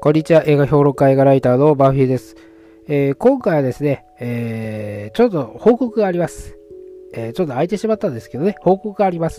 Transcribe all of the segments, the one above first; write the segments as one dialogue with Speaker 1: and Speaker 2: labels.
Speaker 1: こんにちは。映画評論家、映画ライターのバーフィーです。今回はですね、ちょっと報告があります。ちょっと空いてしまったんですけどね、報告があります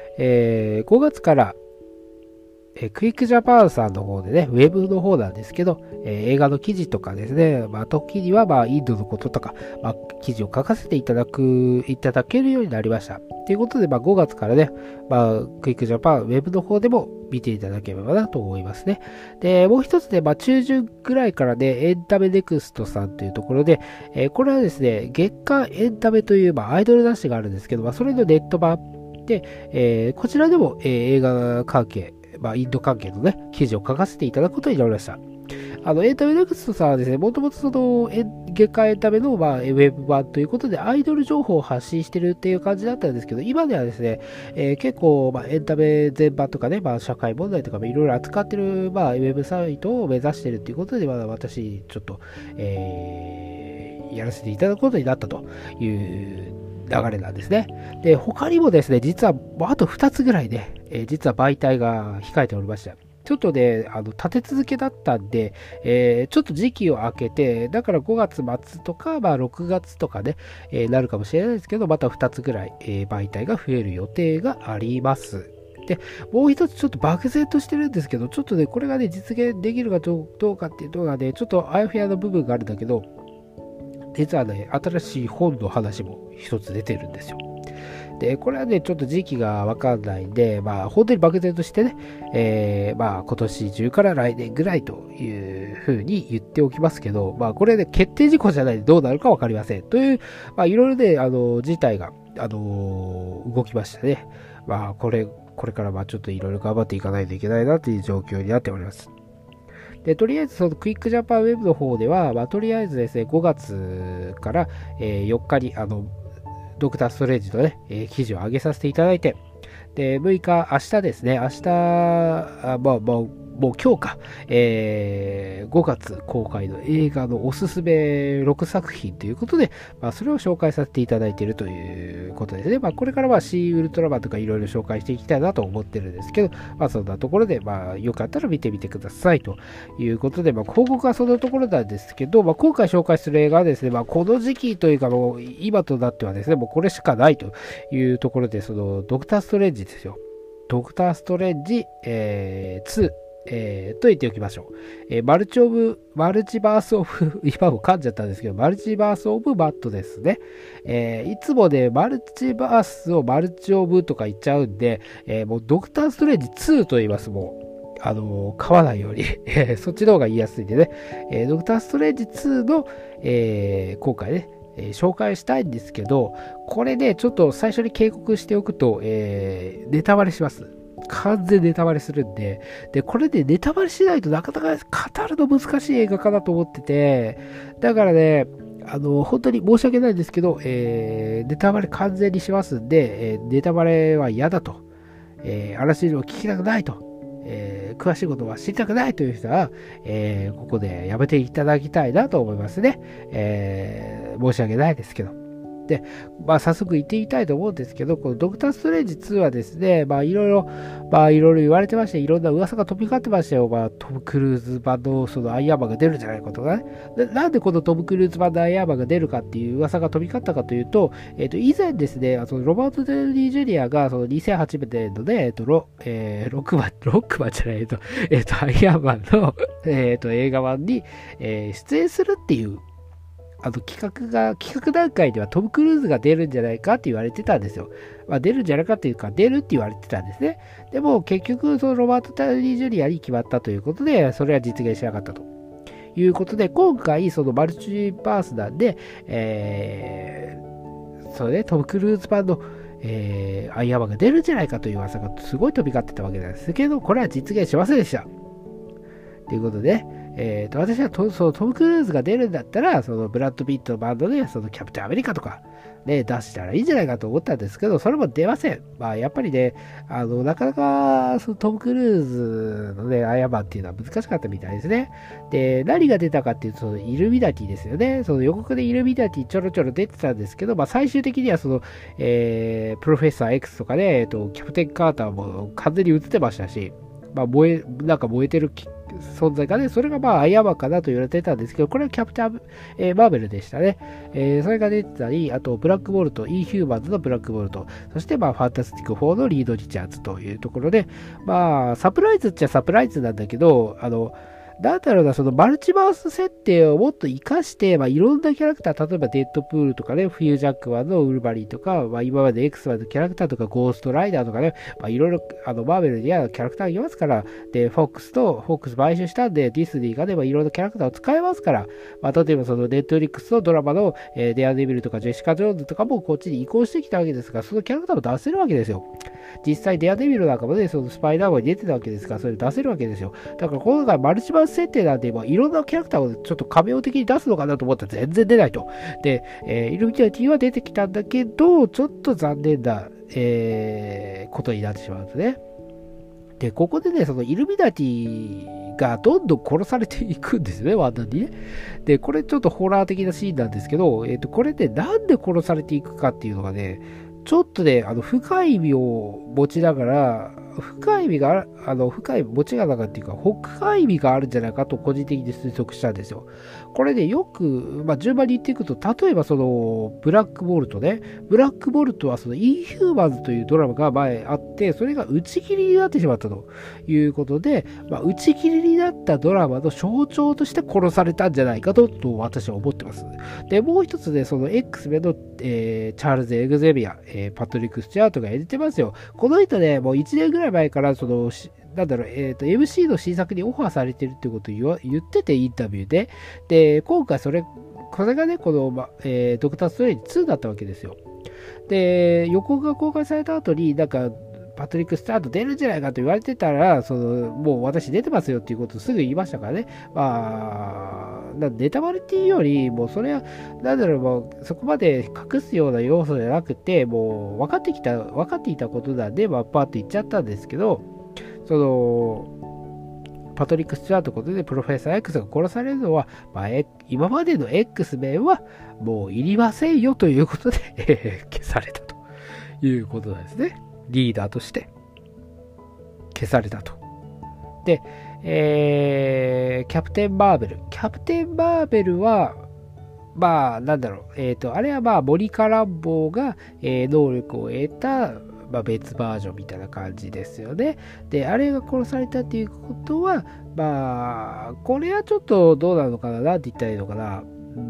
Speaker 1: 。5月から、クイックジャパンさんの方でね、ウェブの方なんですけど、映画の記事とかですね、時にはインドのこととか、記事を書かせていただけるようになりました。ということで、5月からね、クイックジャパンウェブの方でも見ていただければなと思いますね。で、もう一つで、中旬ぐらいからね、エンタメネクストさんというところで、これはですね、月刊エンタメという、アイドル雑誌があるんですけど、それのネット版で、こちらでも、映画関係、インド関係のね、記事を書かせていただくことになりました。エンタメネクストさんはですね、もともと月間エンタメの、ウェブ版ということで、アイドル情報を発信してるっていう感じだったんですけど、今ではですね、結構、エンタメ全般とかね、社会問題とかもいろいろ扱ってる、ウェブサイトを目指してるっていうことで、私、ちょっと、やらせていただくことになったという流れなんですね。で、他にもですね、実は、あと2つぐらいね、実は媒体が控えておりました。ちょっとね、立て続けだったんで、ちょっと時期を空けて、だから5月末とか、6月とかね、なるかもしれないですけど、また2つぐらい、媒体が増える予定があります。で、もう一つちょっと漠然としてるんですけど、ちょっとね、これがね、実現できるかどうかっていうのがね、ちょっとあやふやな部分があるんだけど、実はね、新しい本の話も一つ出てるんですよ。で、これはね、ちょっと時期がわかんないんで、本当に漠然としてね、今年中から来年ぐらいというふうに言っておきますけど、これね、決定事項じゃないでどうなるかわかりません。という、いろいろね、事態が、動きましたね。これからちょっといろいろ頑張っていかないといけないなという状況になっております。で、とりあえずそのクイックジャパンウェブの方では、とりあえずですね、5月から、4日に、ドクターストレンジのね、記事を上げさせていただいて、で、6日、明日ですね、明日、もう今日か、5月公開の映画のおすすめ6作品ということで、それを紹介させていただいているということですね。これからはシーウルトラマンとかいろいろ紹介していきたいなと思ってるんですけど、そんなところで、よかったら見てみてくださいということで、報告はそんなところなんですけど、今回紹介する映画はですね、この時期というか、もう今となってはですね、もうこれしかないというところで、そのドクターストレンジですよ。ドクターストレンジ、2。と言っておきましょう。マルチバースオブ、今も噛んじゃったんですけど、マルチバースオブバットですね。いつもね、マルチバースをマルチオブとか言っちゃうんで、もうドクターストレンジ2と言います、もう。噛まないようにそっちの方が言いやすいんでね。ドクターストレンジ2の、今回ね、紹介したいんですけど、これね、ちょっと最初に警告しておくと、ネタバレします。完全ネタバレするんで、これでネタバレしないとなかなか語るの難しい映画かなと思ってて、だからね、本当に申し訳ないんですけど、ネタバレ完全にしますんで、ネタバレは嫌だと、あらしいのを聞きたくないと、詳しいことは知りたくないという人は、ここでやめていただきたいなと思いますね。申し訳ないですけど。で、早速言ってみたいと思うんですけど、このドクターストレンジ2はですね、いろいろ言われてまして、いろんな噂が飛び交ってましたよ。トム・クルーズ版のそのアイアンマンが出るんじゃないかとかね。なんでこのトム・クルーズ版のアイアンマンが出るかっていう噂が飛び交ったかというと、以前ですね、ロバート・デルニー・ジュニアが、その2008年のね、ロックマンじゃない、アイアンマンの、映画版に、出演するっていう、企画段階ではトム・クルーズが出るんじゃないかって言われてたんですよ。出るんじゃないかというか、出るって言われてたんですね。でも、結局、そのロバート・ダウニー・ジュニアに決まったということで、それは実現しなかったということで、今回、そのマルチバースなんで、トム・クルーズ版の、アイアンマンが出るんじゃないかという噂がすごい飛び交ってたわけなんですけど、これは実現しませんでした。ということで、私はそのトム・クルーズが出るんだったら、そのブラッド・ピットのバンドで、そのキャプテンアメリカとか、ね、出したらいいんじゃないかと思ったんですけど、それも出ません。やっぱりね、なかなか、そのトム・クルーズのね、アイアンマンっていうのは難しかったみたいですね。で、何が出たかっていうと、そのイルミナティですよね。その予告でイルミナティちょろちょろ出てたんですけど、最終的にはその、プロフェッサー X とかね、キャプテン・カーターも完全に映ってましたし、なんか燃えてる存在がね、それがまあアイアンマンかなと言われてたんですけど、これはキャプテン、マーベルでしたね。それが出てたり、あとブラックボルト、インヒューマンズのブラックボルト、そしてまあファンタスティック4のリード・リチャーズというところで、まあサプライズっちゃサプライズなんだけど、なんだろうな、そのマルチバース設定をもっと活かして、まあ、いろんなキャラクター、例えばデッドプールとかね、フィージャックマンのウルヴァリンとか、まあ、今まで X マンのキャラクターとか、ゴーストライダーとかね、まあ、いろいろ、マーベルにはキャラクターがいますから、で、フォックス買収したんで、ディスニーがね、まあ、いろんなキャラクターを使えますから、まあ、例えばそのネットフリックスのドラマの、デアデビルとかジェシカ・ジョーンズとかもこっちに移行してきたわけですが、そのキャラクターを出せるわけですよ。実際デアデビルなんかもね、そのスパイダーマンに出てたわけですから、それ出せるわけですよ。だから今回マルチバース設定なんで、まあ、いろんなキャラクターをちょっと仮面的に出すのかなと思ったら全然出ないと。で、イルミナティは出てきたんだけど、ちょっと残念な、ことになってしまうんですね。で、ここでね、そのイルミナティがどんどん殺されていくんですよね、ワンダにね。で、これちょっとホラー的なシーンなんですけど、これでなんで殺されていくかっていうのがね、ちょっとね、深い意味を持ちながら、深い意味が深い持ちがながらっていうか、深い意味があるんじゃないかと個人的に推測したんですよ。これね、よく、まあ、順番に言っていくと、例えばその、ブラックボルトね、ブラックボルトはその、インヒューマンズというドラマが前あって、それが打ち切りになってしまったということで、まあ、打ち切りになったドラマの象徴として殺されたんじゃないかと私は思ってます。で、もう一つね、その X メンの、チャールズ・エグゼビア、パトリック・スチュアートが演じてますよ。この人ね、もう1年ぐらい前から、その、なんだろう、MC の新作にオファーされてるってことを言ってて、インタビューで。で、今回これがね、この、ドクター・ストレンジ2だったわけですよ。で、予告が公開された後に、なんか、パトリック・スチュアート出るんじゃないかと言われてたら、もう私出てますよっていうことをすぐ言いましたからね。まあ、ネタバレっていうより、もうそれは、なんだろう、もうそこまで隠すような要素じゃなくて、もう分かっていたことなんで、まあ、パーッと言っちゃったんですけど、パトリック・スチュアートことでプロフェッサー X が殺されるのは、まあ、今までの X メンはもういりませんよということで消されたということなんですね。リーダーとして消されたと。で、キャプテン・マーベル。キャプテン・マーベルは、まあ、なんだろう、あれはまあ、モニカ・ランボーが、能力を得た、まあ、別バージョンみたいな感じですよね。で、あれが殺されたっていうことは、まあ、これはちょっとどうなのかな、なんて言ったらいいのかな。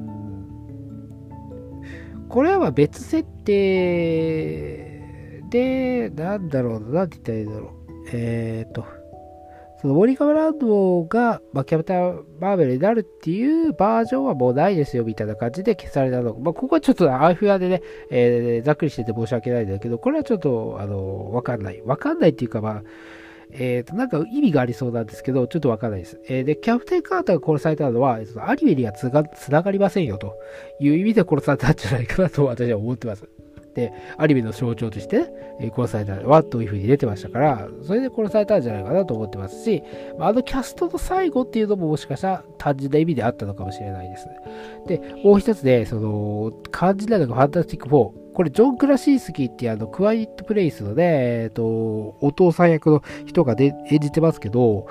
Speaker 1: これはまあ別設定で、なんだろうな、なんて言ったらいいんだろう。そのモニカ・ランドが、まあ、キャプテン・マーベルになるっていうバージョンはもうないですよみたいな感じで消されたの。まあ、ここはちょっとアイフアでね、ざっくりしてて申し訳ないんだけど、これはちょっと、わかんない。わかんないっていうか、まあ、なんか意味がありそうなんですけど、ちょっとわかんないです。で、キャプテン・カーターが殺されたのは、アニメにはつながりませんよという意味で殺されたんじゃないかなと私は思ってます。で、アニメの象徴として、殺されたはというふうに出てましたから、それで殺されたんじゃないかなと思ってますし、キャストの最後っていうのももしかしたら単純な意味であったのかもしれないです。で、もう一つで、肝心なのがファンタスティック4。これ、ジョン・クラシースキーっていうクワイエット・プレイスのね、お父さん役の人が演じてますけど、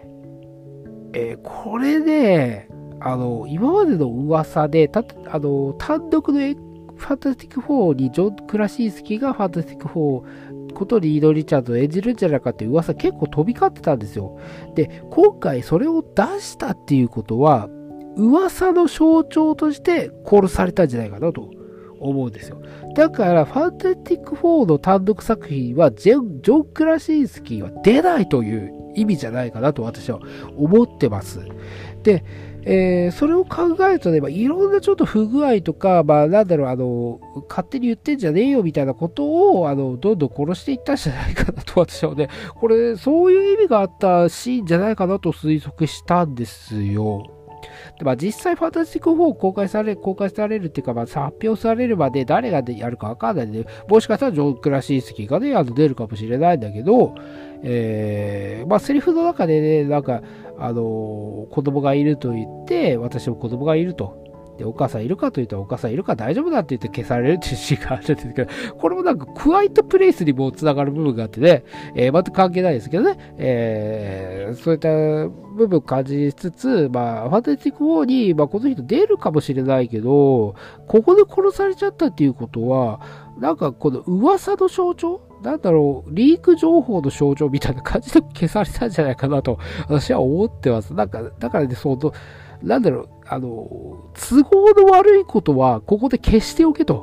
Speaker 1: これね、今までの噂で、単独のファンタスティック4にジョン・クラシースキーがファンタスティック4ことリード・リチャードを演じるんじゃないかっていう噂結構飛び交ってたんですよ。で、今回それを出したっていうことは、噂の象徴として殺されたんじゃないかなと思うんですよ。だから、ファンタスティック4の単独作品はジョン・クラシースキーは出ないという意味じゃないかなと私は思ってます。で、それを考えるとね、いろんなちょっと不具合とか、なんだろう、勝手に言ってんじゃねえよみたいなことを、どんどん殺していったんじゃないかなと私はね、これ、そういう意味があったシーンじゃないかなと推測したんですよ。で実際、ファンタスティック4公開されるっていうか、発表されるまで誰がやるかわかんないんで、もしかしたらジョン・クラシースキーがね、出るかもしれないんだけど、セリフの中でね、なんか、子供がいると言って、私も子供がいるとで、お母さんいるかというと、お母さんいるか大丈夫だって言って消されるっていうシーンがあるんですけど、これもなんかクワイトプレイスにもつながる部分があってね、全く関係ないですけどね、そういった部分を感じつつ、まあ、ファンタジック4に、まあ、この人出るかもしれないけど、ここで殺されちゃったっていうことは、なんかこの噂の象徴なんだろう、リーク情報の象徴みたいな感じで消されたんじゃないかなと、私は思ってます。なんか、だからね、なんだろう、都合の悪いことは、ここで消しておけと。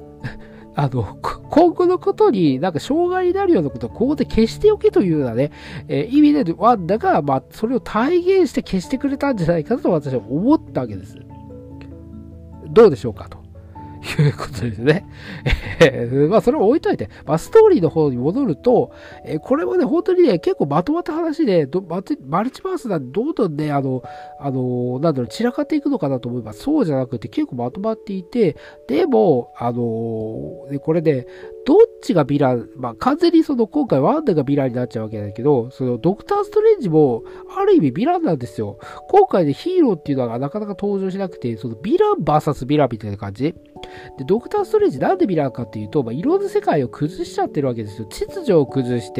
Speaker 1: 今後のことになんか障害になるようなことはここで消しておけというようなね、意味でワンダが、まあ、それを体現して消してくれたんじゃないかと私は思ったわけです。どうでしょうかと。いうことですね。まあ、それを置いといて、まあ、ストーリーの方に戻ると、これはね、本当にね、結構まとまった話で、マルチバースなんでどんどんね、なんだろう、散らかっていくのかなと思えば、そうじゃなくて、結構まとまっていて、でも、これね、どっちがヴィラン、まあ、完全に今回ワンダがヴィランになっちゃうわけだけど、ドクター・ストレンジも、ある意味ヴィランなんですよ。今回でヒーローっていうのがなかなか登場しなくて、ヴィラン VS ヴィランみたいな感じ。で、ドクター・ストレンジなんでヴィランかっていうと、まあ、いろんな世界を崩しちゃってるわけですよ。秩序を崩して、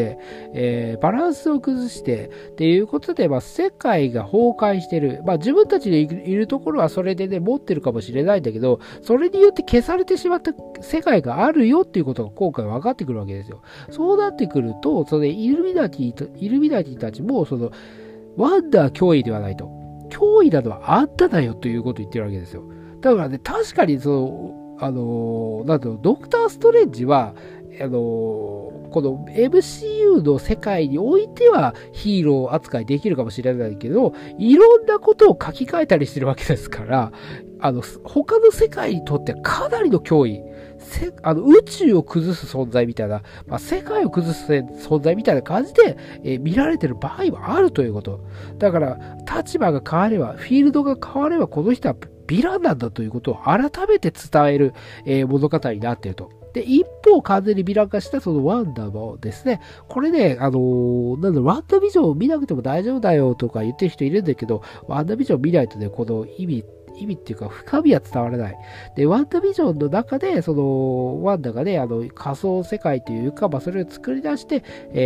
Speaker 1: バランスを崩して、っていうことで、まあ、世界が崩壊してる。まあ、自分たちでいるところはそれでね、持ってるかもしれないんだけど、それによって消されてしまった世界があるよっていうことが今回分かってくるわけですよ。そうなってくると、イルミナティたちも、ワンダー脅威ではないと。脅威なのはあんただよということを言ってるわけですよ。だからね、確かになんだろう、ドクター・ストレンジは、この MCU の世界においてはヒーロー扱いできるかもしれないけど、いろんなことを書き換えたりしてるわけですから、他の世界にとってはかなりの脅威。宇宙を崩す存在みたいな、まあ、世界を崩す存在みたいな感じで、見られてる場合もあるということ。だから、立場が変われば、フィールドが変われば、この人はヴィランなんだということを改めて伝える、物語になっていると。で、一方、完全にヴィラン化したそのワンダもですね、これね、ワンダビジョンを見なくても大丈夫だよとか言ってる人いるんだけど、ワンダビジョンを見ないとね、この意味っていうか深みは伝わらない。で、ワンダビジョンの中で、ワンダがね、仮想世界というか、まあ、それを作り出して、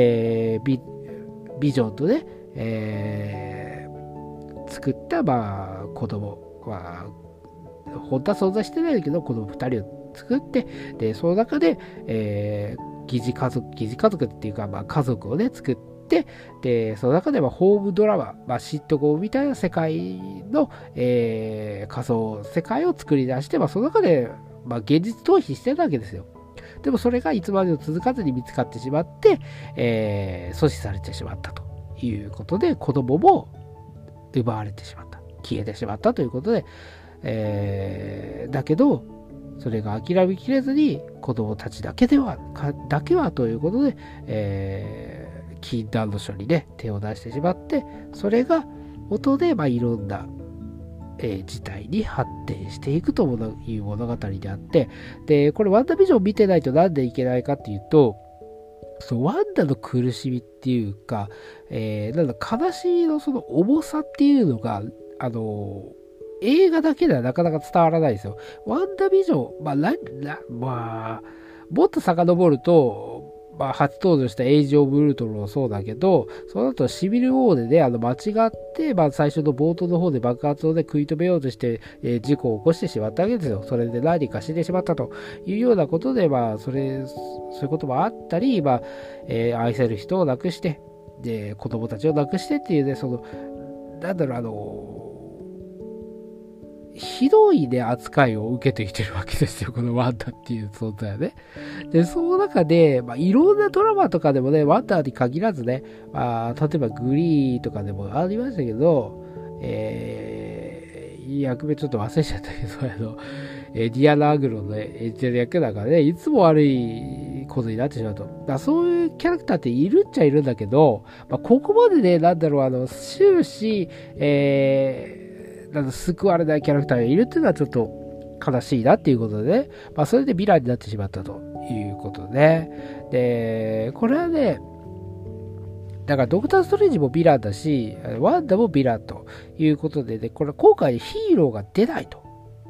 Speaker 1: ビジョンとね、作った、まあ、子供は、本当は存在してないけど、子供2人を作って、で、その中で、疑似家族っていうか、まあ、家族をね、作って、で、その中ではホームドラマ、まあ、シットコムみたいな世界の、仮想世界を作り出して、まあ、その中で、まあ、現実逃避してたわけですよ。でもそれがいつまでも続かずに見つかってしまって、阻止されてしまったということで、子供も奪われてしまった。消えてしまったということで、だけど、それが諦めきれずに子供たちだけはということで、禁断の書にね、手を出してしまって、それが元で、まあ、いろんな、事態に発展していくという物語であって、で、これワンダビジョンを見てないとなんでいけないかっていうと、ワンダの苦しみっていうか、なんだ、悲しみのその重さっていうのが、映画だけではなかなか伝わらないですよ。ワンダビジョン、まあ、もっと遡ると、まあ、初登場したエイジ・オブ・ウルトロンもそうだけど、その後シビル・ウォーでね、間違って、まあ、最初の冒頭の方で爆発をね、食い止めようとして、事故を起こしてしまったわけですよ。それで何か死んでしまったというようなことで、まあ、そういうこともあったり、まあ、愛せる人を亡くして、で、子供たちを亡くしてっていうね、なんだろう、ひどいね、扱いを受けてきてるわけですよ、このワンダっていう存在はね。で、その中で、まあ、いろんなドラマとかでもね、ワンダに限らずね、まあ、例えばグリーとかでもありましたけど、役名ちょっと忘れちゃったけど、ディアナ・アグロの、ね、演じてる役だからね、いつも悪いことになってしまうと。そういうキャラクターっているっちゃいるんだけど、まあ、ここまでね、なんだろう、終始、救われないキャラクターがいるっていうのはちょっと悲しいなっていうことでね、まあ、それでヴィランになってしまったということでね。で、これはね、だからドクター・ストレンジもヴィランだし、ワンダもヴィランということでね、これ今回ヒーローが出ないと。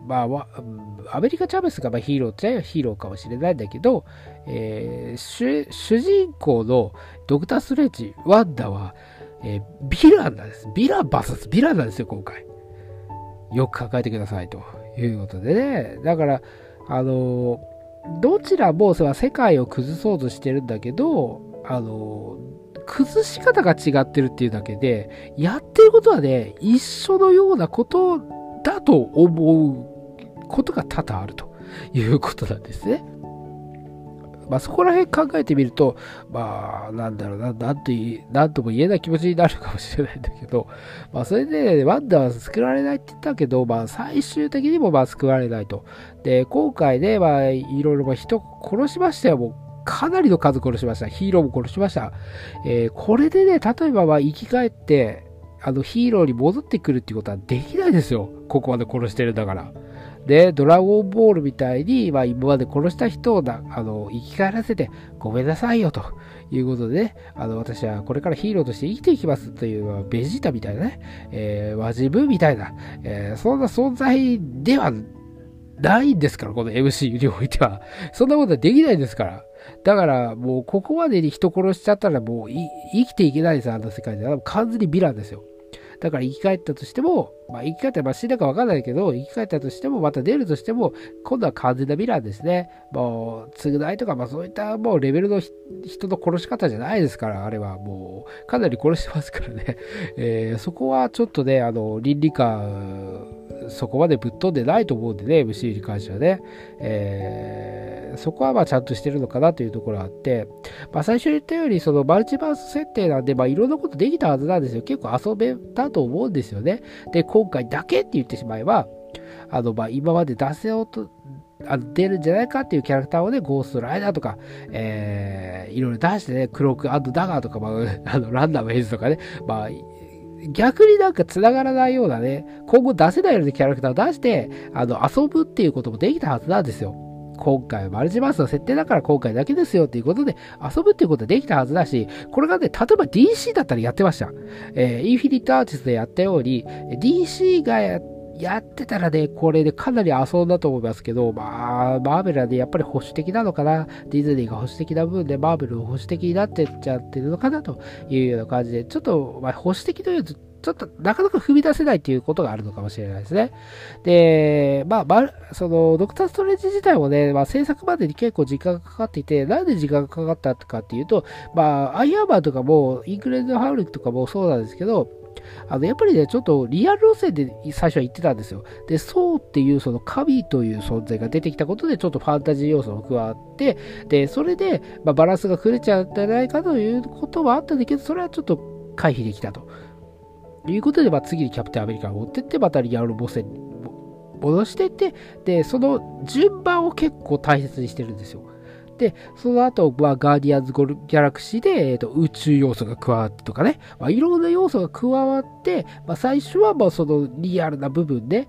Speaker 1: アメリカ・チャベスがヒーローっちゃヒーローかもしれないんだけど、主人公のドクター・ストレッジ、ワンダは、ヴィランなんです。ヴィラン VS ヴィランなんですよ、今回。よく考えてくださいということでね。だから、どちらも世界を崩そうとしてるんだけど、崩し方が違ってるっていうだけで、やってることはね、一緒のようなことだと思うことが多々あるということなんですね。そこら辺考えてみると、なんだろうな、なんとも言えない気持ちになるかもしれないんだけど、それで、ね、ワンダは救われないって言ったけど、最終的にも救われないと。で、今回ね、いろいろ人殺しましたよ、もう。かなりの数殺しました。ヒーローも殺しました。これでね、例えば生き返って、ヒーローに戻ってくるっていうことはできないですよ。ここまで殺してるんだから。で、ドラゴンボールみたいに、今まで殺した人を生き返らせて、ごめんなさいよ、ということでね、私はこれからヒーローとして生きていきますという、ベジータみたいなね、ワジブみたいな、そんな存在ではないんですから、この MCU においては。そんなことはできないですから。だから、もう、ここまでに人殺しちゃったら、もう生きていけないですよ、あの世界で。完全にヴィランですよ。だから生き返ったとしても、生き返ったら死んだか分かんないけど、生き返ったとしても、また出るとしても、今度は完全なヴィランですね。もう、償いとか、そういったもうレベルの人の殺し方じゃないですから、あれはもう、かなり殺してますからね。そこはちょっとね、倫理観、そこまでぶっ飛んでないと思うんでね、MCU に関してはね。そこはちゃんとしてるのかなというところがあって、最初に言ったように、そのマルチバース設定なんで、いろんなことできたはずなんですよ。結構遊べたと思うんですよね。で、今回だけって言ってしまえば、今まで出せようと、出るんじゃないかっていうキャラクターをね、ゴーストライダーとか、いろいろ出してね、クローク&ダガーとか、ランダムエイズとかね、逆に繋がらないようなね、今後出せないようなキャラクターを出して、遊ぶっていうこともできたはずなんですよ。今回はマルチバースの設定だから今回だけですよっていうことで遊ぶっていうことはできたはずだし、これがね、例えば DC だったらやってました。インフィニットアーティストでやったように、DC がやってたらね、これでかなり遊んだと思いますけど、マーベルはね、やっぱり保守的なのかな。ディズニーが保守的な分で、マーベル保守的になってっちゃってるのかなというような感じで、ちょっと、保守的というと、ちょっとなかなか踏み出せないっていうことがあるのかもしれないですね。で、その、ドクターストレンジ自体もね、制作までに結構時間がかかっていて、なんで時間がかかったかっていうと、アイアンマンとかも、インクレンドハウリックとかもそうなんですけど、やっぱりね、ちょっとリアル路線で最初は言ってたんですよ。で、ソウっていうその神という存在が出てきたことで、ちょっとファンタジー要素も加わって、で、それで、バランスが崩れちゃうんじゃないかということはあったんだけど、それはちょっと回避できたと。いうことで、次にキャプテンアメリカを持ってって、またリアル路線に戻していって、で、その順番を結構大切にしてるんですよ。で、その後、ガーディアンズ・ギャラクシーで、宇宙要素が加わってとかね、いろんな要素が加わって、最初はそのリアルな部分で、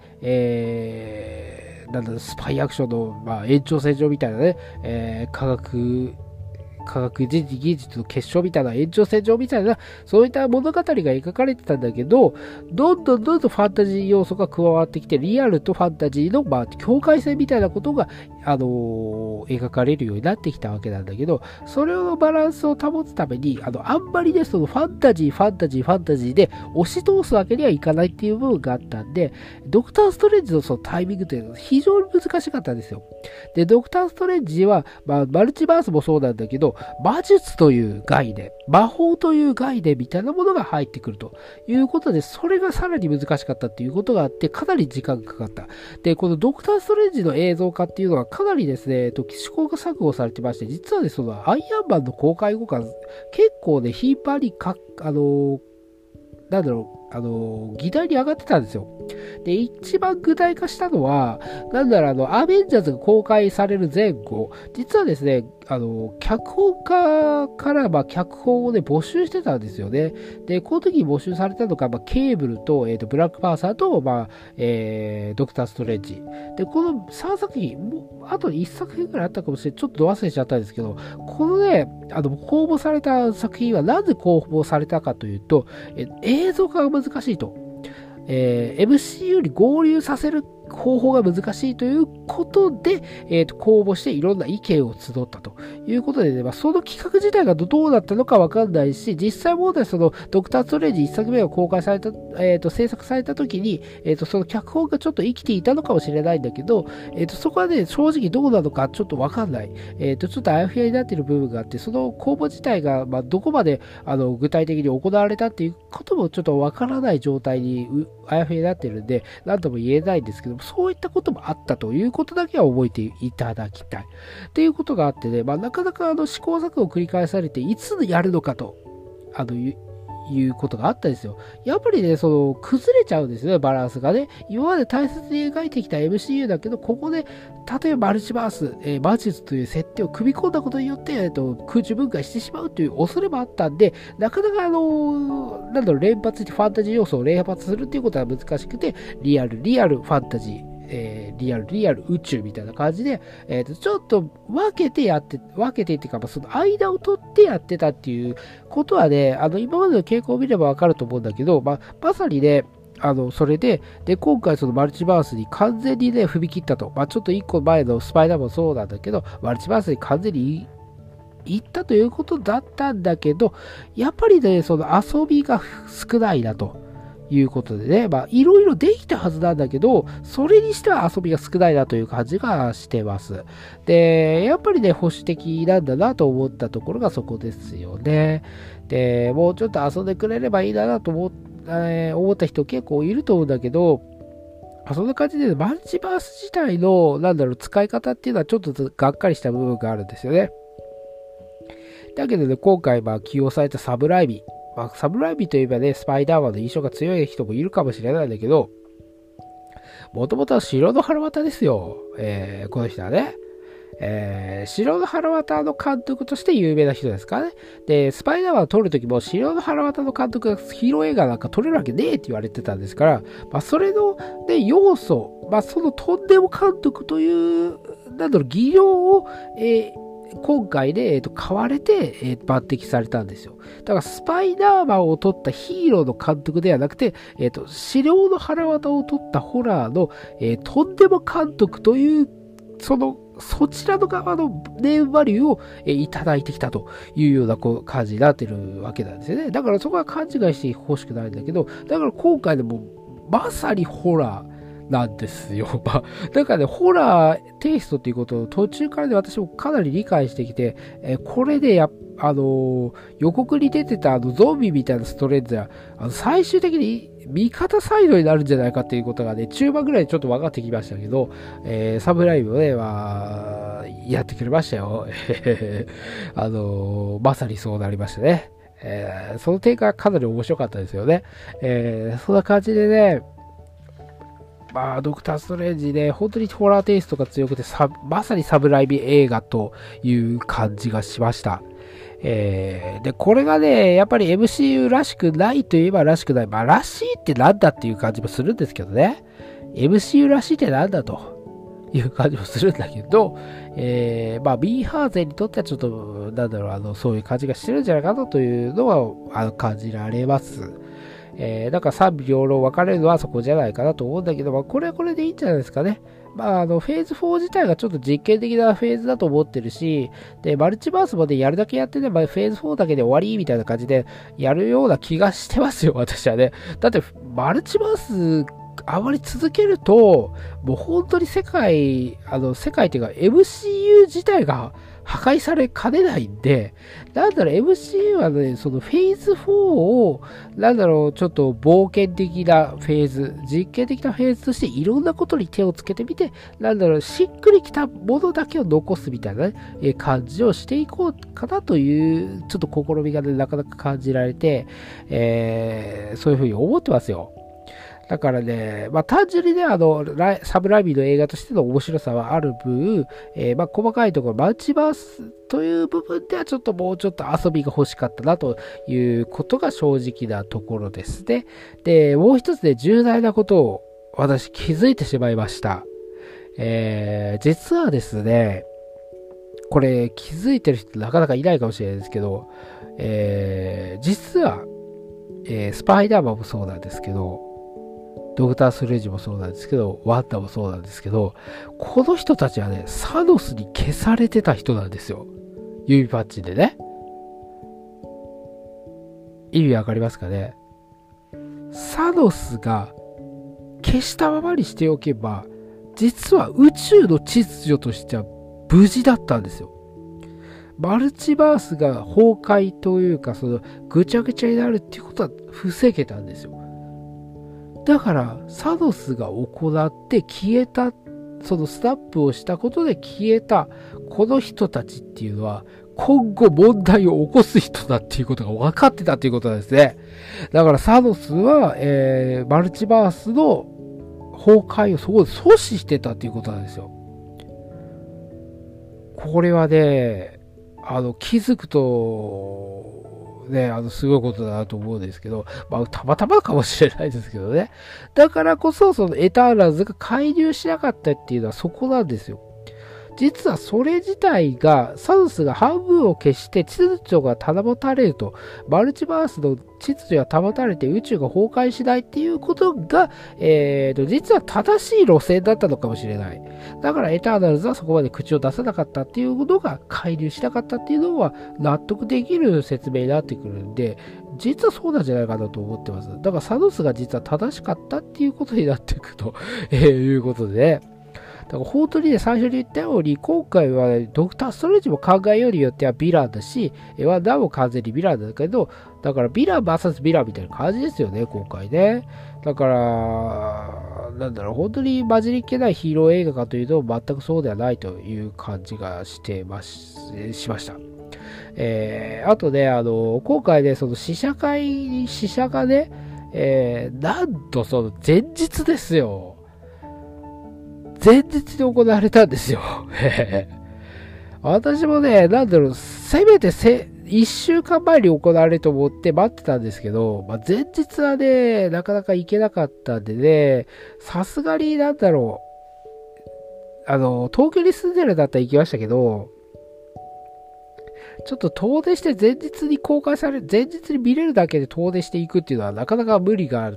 Speaker 1: スパイアクションの、延長線上みたいなね、科学技術の結晶みたいな、延長線上みたいな、そういった物語が描かれてたんだけど、どんどんファンタジー要素が加わってきて、リアルとファンタジーの、境界線みたいなことが、描かれるようになってきたわけなんだけど、それのバランスを保つために、あんまりね、そのファンタジーで押し通すわけにはいかないっていう部分があったんで、ドクターストレンジのそのタイミングというのは非常に難しかったんですよ。で、ドクターストレンジは、マルチバースもそうなんだけど、魔術という概念、魔法という概念みたいなものが入ってくるということで、それがさらに難しかったっていうことがあって、かなり時間がかかった。で、このドクターストレンジの映像化っていうのはかなりですね、試行錯誤されてまして、実はね、そのアイアンマンの公開後から結構ね、頻繁に議題に上がってたんですよ。で、一番具体化したのは、アベンジャーズが公開される前後、実はですね、脚本家から脚本をね、募集してたんですよね。で、この時に募集されたのが、ケーブルと、ブラックパーサーと、ドクターストレンジ。で、この3作品、あと1作品ぐらいあったかもしれない。ちょっと忘れちゃったんですけど、このね、公募された作品はなぜ公募されたかというと、映像化が難しいと。MCU に合流させる方法が難しいということで、公募していろんな意見を募ったということでね、その企画自体がどうだったのかわかんないし、実際問題そのドクターストレンジ1作目が公開された、制作された時に、その脚本がちょっと生きていたのかもしれないんだけど、そこはね、正直どうなのかちょっとわかんない。ちょっとあやふやになっている部分があって、その公募自体が、どこまで具体的に行われたっていうこともちょっとわからない状態にあやふやになってるんで、何とも言えないんですけども、そういったこともあったということだけは覚えていただきたい。っていうことがあってね、なかなか試行錯誤を繰り返されて、いつやるのかと、いうことがあったんですよ。やっぱりね、崩れちゃうんですよね、バランスがね。今まで大切に描いてきた MCU だけど、ここで、例えばマルチバース、魔術という設定を組み込んだことによって、空中分解してしまうという恐れもあったんで、なかなか連発にファンタジー要素を連発するっていうことは難しくて、リアルファンタジー、リアル宇宙みたいな感じで、ちょっと分けてっていうか、その間を取ってやってたっていうことはね、今までの傾向を見ればわかると思うんだけど、まさにね、それで、今回そのマルチバースに完全にね、踏み切ったと。ちょっと一個前のスパイダーもそうなんだけど、マルチバースに完全に行ったということだったんだけど、やっぱりね、その遊びが少ないなと。いうことでね、いろいろできたはずなんだけど、それにしては遊びが少ないなという感じがしてます。で、やっぱりね、保守的なんだなと思ったところがそこですよね。で、もうちょっと遊んでくれればいいなと思った人結構いると思うんだけど、そんな感じで、マルチバース自体の、使い方っていうのはちょっとがっかりした部分があるんですよね。だけどね、今回起用されたサブライビサブライビといえばね、スパイダーマンの印象が強い人もいるかもしれないんだけど、もともとは白の腹渡ですよ。この人はね。白の腹渡の監督として有名な人ですからね。で、スパイダーマンを撮るときも白の腹渡の監督がヒーロー映画なんか撮れるわけねえって言われてたんですから、それの、ね、要素、そのとんでも監督という、技量を、今回で、買われて、抜擢されたんですよ。だから、スパイダーマンを撮ったヒーローの監督ではなくて、白の腹渡を撮ったホラーの、とんでも監督という、そちらの側のネームバリューを、いただいてきたというような感じになってるわけなんですよね。だからそこは勘違いしてほしくないんだけど、だから今回でもまさにホラー、なんですよ。だからね、ホラーテイストっていうことを途中からね、私もかなり理解してきて、これで予告に出てたゾンビみたいなストレンジは、最終的に味方サイドになるんじゃないかっていうことがね、中盤ぐらいちょっと分かってきましたけど、サブライブをね、やってくれましたよ。まさにそうなりましたね。その点がかなり面白かったですよね。そんな感じでね、ドクターストレンジね、本当にホラーテイストが強くて、まさにサブライビ映画という感じがしました。で、これがね、やっぱり MCU らしくないといえばらしくない。らしいってなんだっていう感じもするんですけどね。MCU らしいってなんだという感じもするんだけど、ミーハーゼにとってはちょっと、そういう感じがしてるんじゃないかなというのは、感じられます。だから賛否両論分かれるのはそこじゃないかなと思うんだけど、これはこれでいいんじゃないですかね。フェーズ4自体がちょっと実験的なフェーズだと思ってるし、で、マルチバースまでやるだけやってね、フェーズ4だけで終わりみたいな感じでやるような気がしてますよ、私はね。だって、マルチバース、あまり続けると、もう本当に世界っていうか MCU 自体が破壊されかねないんで、MCU はね、そのフェーズ4を、ちょっと冒険的なフェーズ、実験的なフェーズとしていろんなことに手をつけてみて、しっくりきたものだけを残すみたいな、ね、感じをしていこうかなという、ちょっと試みがね、なかなか感じられて、そういうふうに思ってますよ。だからね、単純にね、サブライビーの映画としての面白さはある分、細かいところ、マルチバースという部分ではちょっともうちょっと遊びが欲しかったなということが正直なところですね。で、もう一つね、重大なことを私気づいてしまいました。実はですね、これ気づいてる人なかなかいないかもしれないですけど、実は、スパイダーマンもそうなんですけど、 ドクター・ストレンジもそうなんですけど、ワンダもそうなんですけど、この人たちはね、サノスに消されてた人なんですよ。指パッチンでね。意味わかりますかね。サノスが消したままにしておけば、実は宇宙の秩序としては無事だったんですよ。マルチバースが崩壊というか、そのぐちゃぐちゃになるっていうことは防げたんですよ。だからサノスが行って消えた、そのスナップをしたことで消えたこの人たちっていうのは今後問題を起こす人だっていうことが分かってたっていうことなんですね。だからサノスは、マルチバースの崩壊をそこで阻止してたっていうことなんですよ。これはね、気づくと、ね、すごいことだなと思うんですけど、まあ、たまたまかもしれないですけどね。だからこそ、そのエターナルズが介入しなかったっていうのはそこなんですよ。実はそれ自体が、サノスが半分を消して秩序が保たれると、マルチバースの秩序が保たれて宇宙が崩壊しないっていうことが、実は正しい路線だったのかもしれない。だからエターナルズはそこまで口を出さなかったっていうことが介入しなかったっていうのは納得できる説明になってくるんで、実はそうなんじゃないかなと思ってます。だからサノスが実は正しかったっていうことになっていくと、いうことでね。だから本当にね、最初に言ったように、今回は、ね、ドクター・ストレンジも考えようによってはヴィランだし、ワンダーも完全にヴィランだけど、だからヴィラン VS ヴィランみたいな感じですよね、今回ね。だから、なんだろう、本当に混じりっけないヒーロー映画かというと、全くそうではないという感じがしました。あとね、今回ね、その試写がね、なんとその前日ですよ。前日に行われたんですよ。私もね、なんだろう、せめて1週間前に行われると思って待ってたんですけど、まあ、前日はね、なかなか行けなかったんでね、さすがになんだろう、東京に住んでるんだったら行きましたけど、ちょっと遠出して前日に公開される、前日に見れるだけで遠出していくっていうのはなかなか無理があって、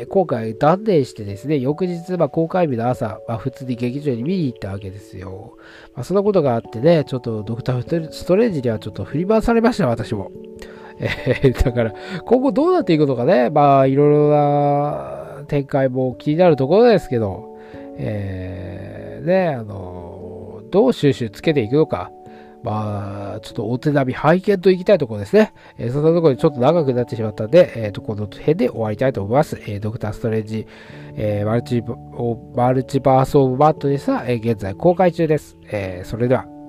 Speaker 1: 今回断念してですね、翌日、公開日の朝、普通に劇場に見に行ったわけですよ。そんなことがあってね、ちょっとドクターストレンジにはちょっと振り回されました、私も。だから、今後どうなっていくのかね、いろいろな展開も気になるところですけど、どう収集つけていくのか。ちょっとお手並み拝見といきたいところですね。そんなところでちょっと長くなってしまったんで、この辺で終わりたいと思います。ドクターストレンジ、マルチバースオブマットネスは、現在公開中です。それでは。